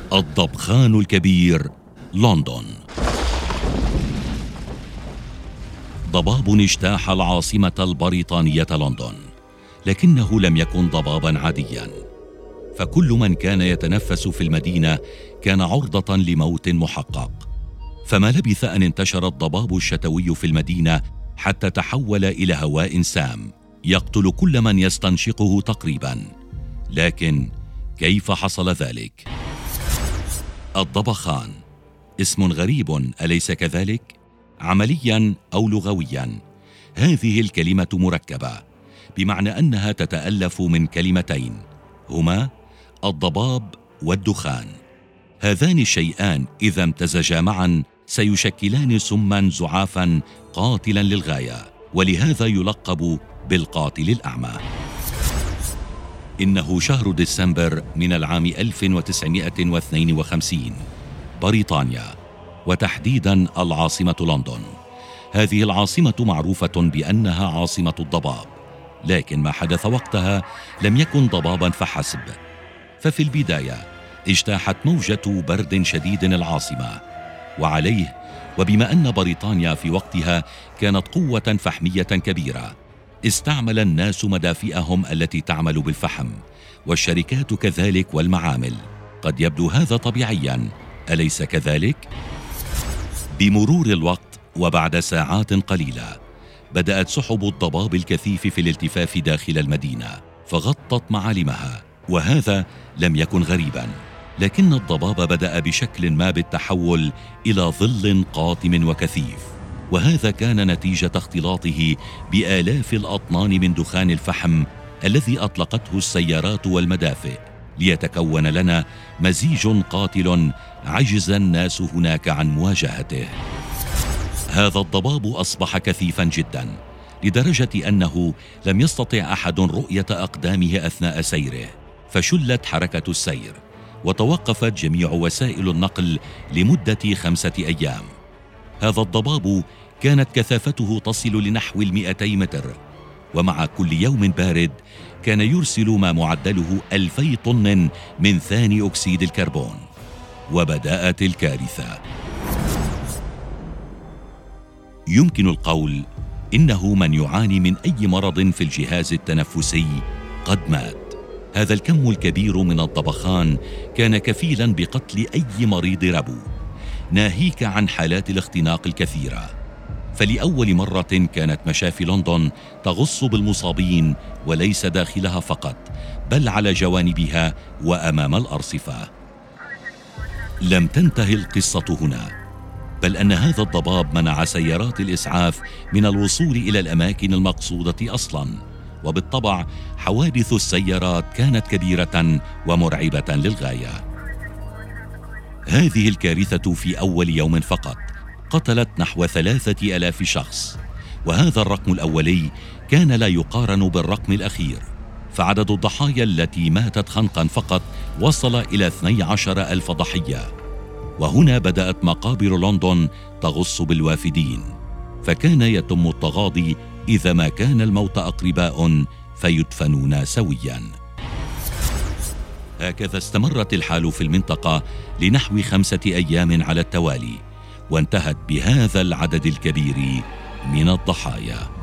الضبخان الكبير، لندن. ضباب اجتاح العاصمة البريطانية لندن، لكنه لم يكن ضبابا عاديا، فكل من كان يتنفس في المدينة كان عرضة لموت محقق. فما لبث أن انتشر الضباب الشتوي في المدينة حتى تحول إلى هواء سام يقتل كل من يستنشقه تقريبا. لكن كيف حصل ذلك؟ الضبخان اسم غريب، أليس كذلك؟ عمليا أو لغويا، هذه الكلمة مركبة، بمعنى أنها تتألف من كلمتين هما الضباب والدخان. هذان الشيئان إذا امتزجا معا سيشكلان سما زعافا قاتلا للغاية، ولهذا يلقب بالقاتل الأعمى. إنه شهر ديسمبر من العام 1952، بريطانيا، وتحديدا العاصمة لندن. هذه العاصمة معروفة بأنها عاصمة الضباب، لكن ما حدث وقتها لم يكن ضبابا فحسب. ففي البداية اجتاحت موجة برد شديد العاصمة، وعليه وبما أن بريطانيا في وقتها كانت قوة فحمية كبيرة، استعمل الناس مدافئهم التي تعمل بالفحم، والشركات كذلك والمعامل. قد يبدو هذا طبيعيا، أليس كذلك؟ بمرور الوقت وبعد ساعات قليلة بدأت سحب الضباب الكثيف في الالتفاف داخل المدينة، فغطت معالمها، وهذا لم يكن غريبا. لكن الضباب بدأ بشكل ما بالتحول إلى ظل قاتم وكثيف، وهذا كان نتيجة اختلاطه بآلاف الأطنان من دخان الفحم الذي أطلقته السيارات والمدافئ، ليتكون لنا مزيج قاتل عجز الناس هناك عن مواجهته. هذا الضباب أصبح كثيفا جدا، لدرجة أنه لم يستطع أحد رؤية أقدامه أثناء سيره، فشلت حركة السير، وتوقفت جميع وسائل النقل لمدة 5 أيام. هذا الضباب كانت كثافته تصل لنحو 200 متر، ومع كل يوم بارد كان يرسل ما معدله 2000 طن من ثاني أكسيد الكربون. وبدأت الكارثة. يمكن القول إنه من يعاني من أي مرض في الجهاز التنفسي قد مات. هذا الكم الكبير من الضبخان كان كفيلا بقتل أي مريض ربو، ناهيك عن حالات الاختناق الكثيرة. فلأول مرة كانت مشافي لندن تغص بالمصابين، وليس داخلها فقط، بل على جوانبها وأمام الأرصفة. لم تنتهي القصة هنا، بل أن هذا الضباب منع سيارات الإسعاف من الوصول إلى الأماكن المقصودة أصلاً، وبالطبع حوادث السيارات كانت كبيرة ومرعبة للغاية. هذه الكارثة في أول يوم فقط قتلت نحو 3000 شخص، وهذا الرقم الأولي كان لا يقارن بالرقم الأخير، فعدد الضحايا التي ماتت خنقا فقط وصل إلى 12,000 ضحية. وهنا بدأت مقابر لندن تغص بالوافدين، فكان يتم التغاضي إذا ما كان الموت أقرباء فيدفنون سويا. هكذا استمرت الحال في المنطقة لنحو 5 أيام على التوالي، وانتهت بهذا العدد الكبير من الضحايا.